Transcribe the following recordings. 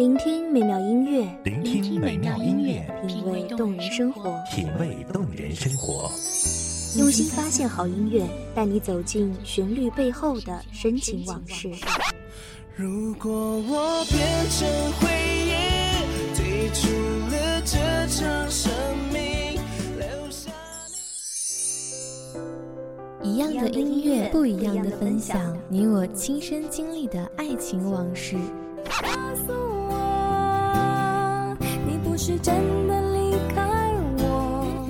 聆听美妙音乐， 聆听美妙音乐， 品味动人生活， 品味动人生活。 用心发现好音乐，带你走进旋律背后的深情往事。 如果我变成回忆，退出了这场生命，留下一样的音乐，不一样的分享，你我亲身经历的爱情往事。 告诉我，你不是真的离开我。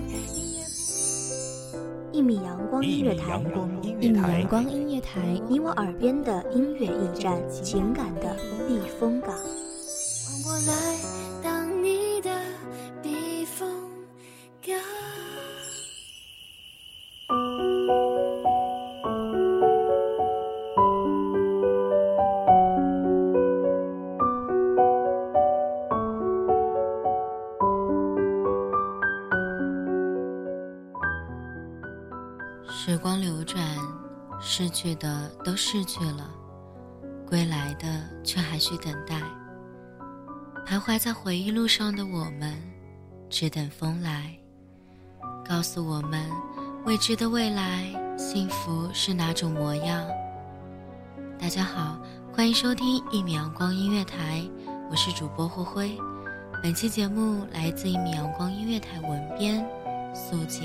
一米阳光音乐台， 一米阳光音乐台， 你我耳边的音乐驿站，情感的避风港。 让我来当你的避风港。 时光流转，逝去的都逝去了，归来的却还需等待。徘徊在回忆路上的我们，只等风来，告诉我们未知的未来，幸福是哪种模样。大家好，欢迎收听一米阳光音乐台，我是主播霍辉。本期节目来自一米阳光音乐台文编素锦。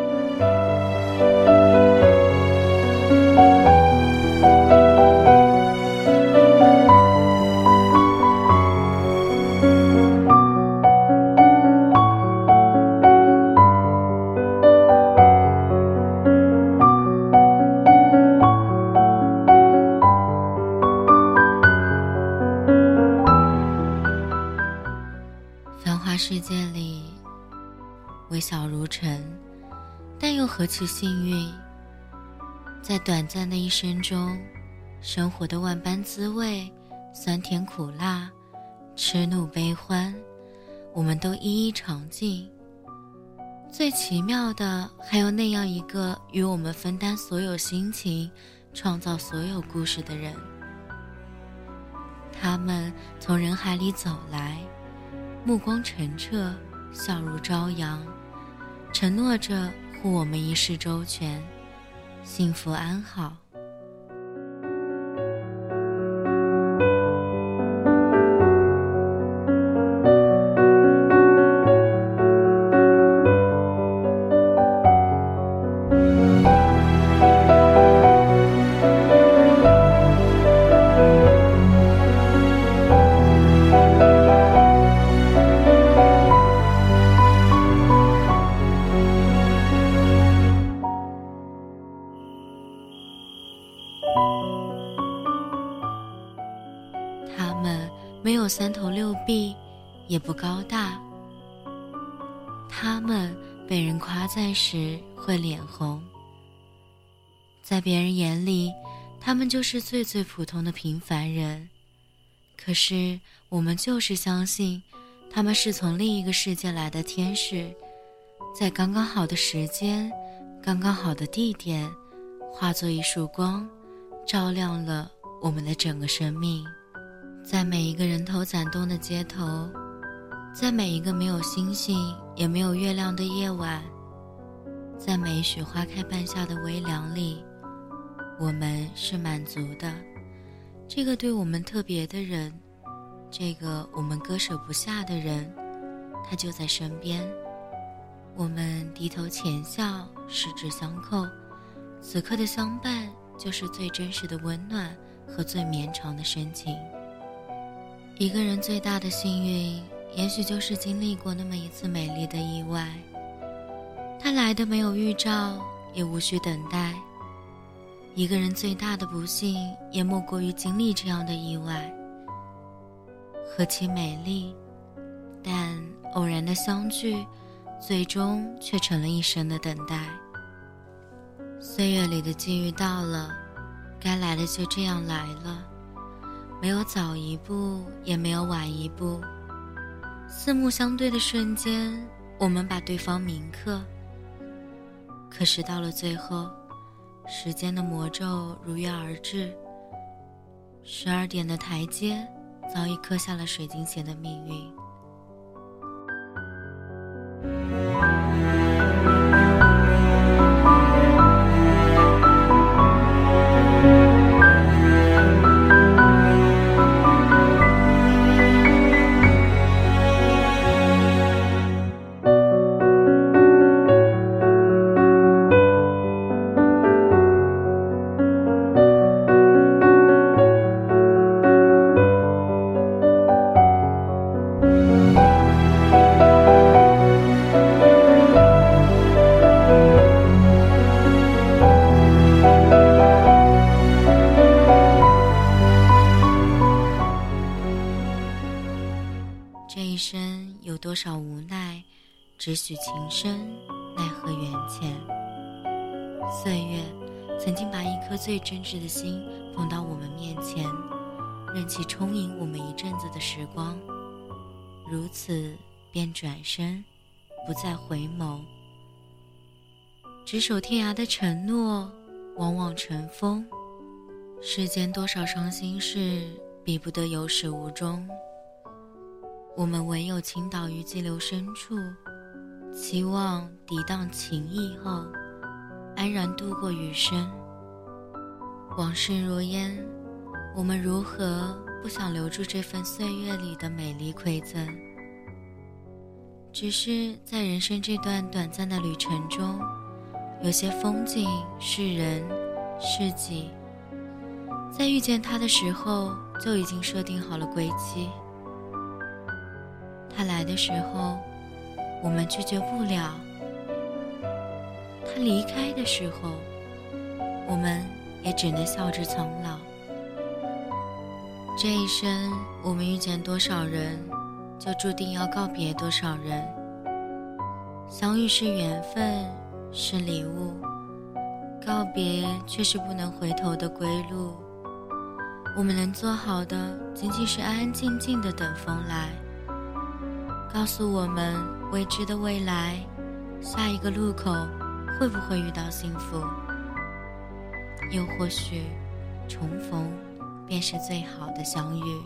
繁华世界里，微小如尘，但又何其幸运，在短暂的一生中，生活的万般滋味，酸甜苦辣，痴怒悲欢，我们都一一尝尽。最奇妙的，还有那样一个与我们分担所有心情，创造所有故事的人。他们从人海里走来，目光澄澈，笑如朝阳，承诺着护我们一世周全，幸福安好。他们没有三头六臂，也不高大。他们被人夸赞时会脸红，在别人眼里，他们就是最最普通的平凡人。可是我们就是相信，他们是从另一个世界来的天使，在刚刚好的时间，刚刚好的地点，化作一束光，照亮了我们的整个生命。在每一个人头攒动的街头，在每一个没有星星也没有月亮的夜晚，在每一许花开半夏的微凉里，我们是满足的。这个对我们特别的人，这个我们割舍不下的人，他就在身边。我们低头浅笑，十指相扣，此刻的相伴就是最真实的温暖和最绵长的深情。一个人最大的幸运，也许就是经历过那么一次美丽的意外，它来的没有预兆，也无需等待。一个人最大的不幸，也莫过于经历这样的意外。何其美丽，但偶然的相聚，最终却成了一生的等待。岁月里的机遇到了，该来的就这样来了，没有早一步，也没有晚一步。四目相对的瞬间，我们把对方铭刻。可是到了最后，时间的魔咒如约而至，12点的台阶早已刻下了水晶鞋的命运。这一生有多少无奈，只许情深，奈何缘浅。岁月曾经把一颗最真挚的心放到我们面前，任其充盈我们一阵子的时光，如此便转身，不再回眸。执手天涯的承诺往往成风，世间多少伤心事，比不得有始无终。我们唯有倾倒于激流深处，期望涤荡情意后，安然度过余生。往事如烟，我们如何不想留住这份岁月里的美丽馈赠？只是在人生这段短暂的旅程中，有些风景是人是己，在遇见他的时候就已经设定好了轨迹。他来的时候我们拒绝不了，他离开的时候我们也只能笑着苍老。这一生我们遇见多少人，就注定要告别多少人。相遇是缘分，是礼物，告别却是不能回头的归路。我们能做好的仅仅是安安静静的等风来，告诉我们未知的未来，下一个路口会不会遇到幸福，又或许重逢便是最好的相遇。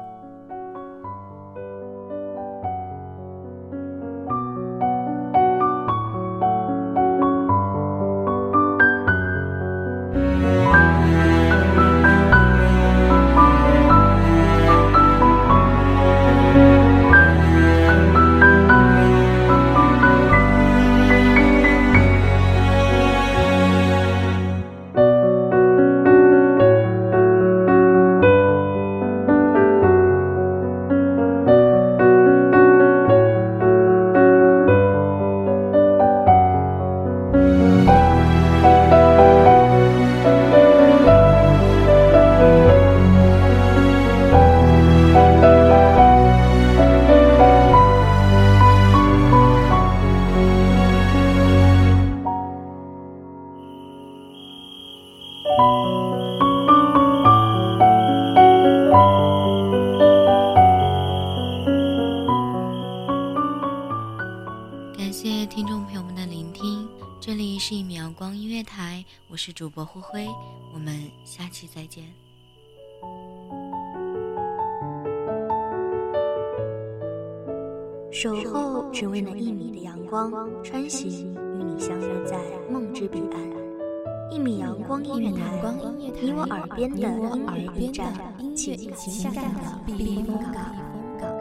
感谢听众朋友们的聆听，这里是一米阳光音乐台，我是主播灰灰，我们下期再见。 守候只为那1米的阳光，穿行与你相约在梦之彼岸。1米阳光音乐台，你我耳边的音乐驿站，情感的避风港。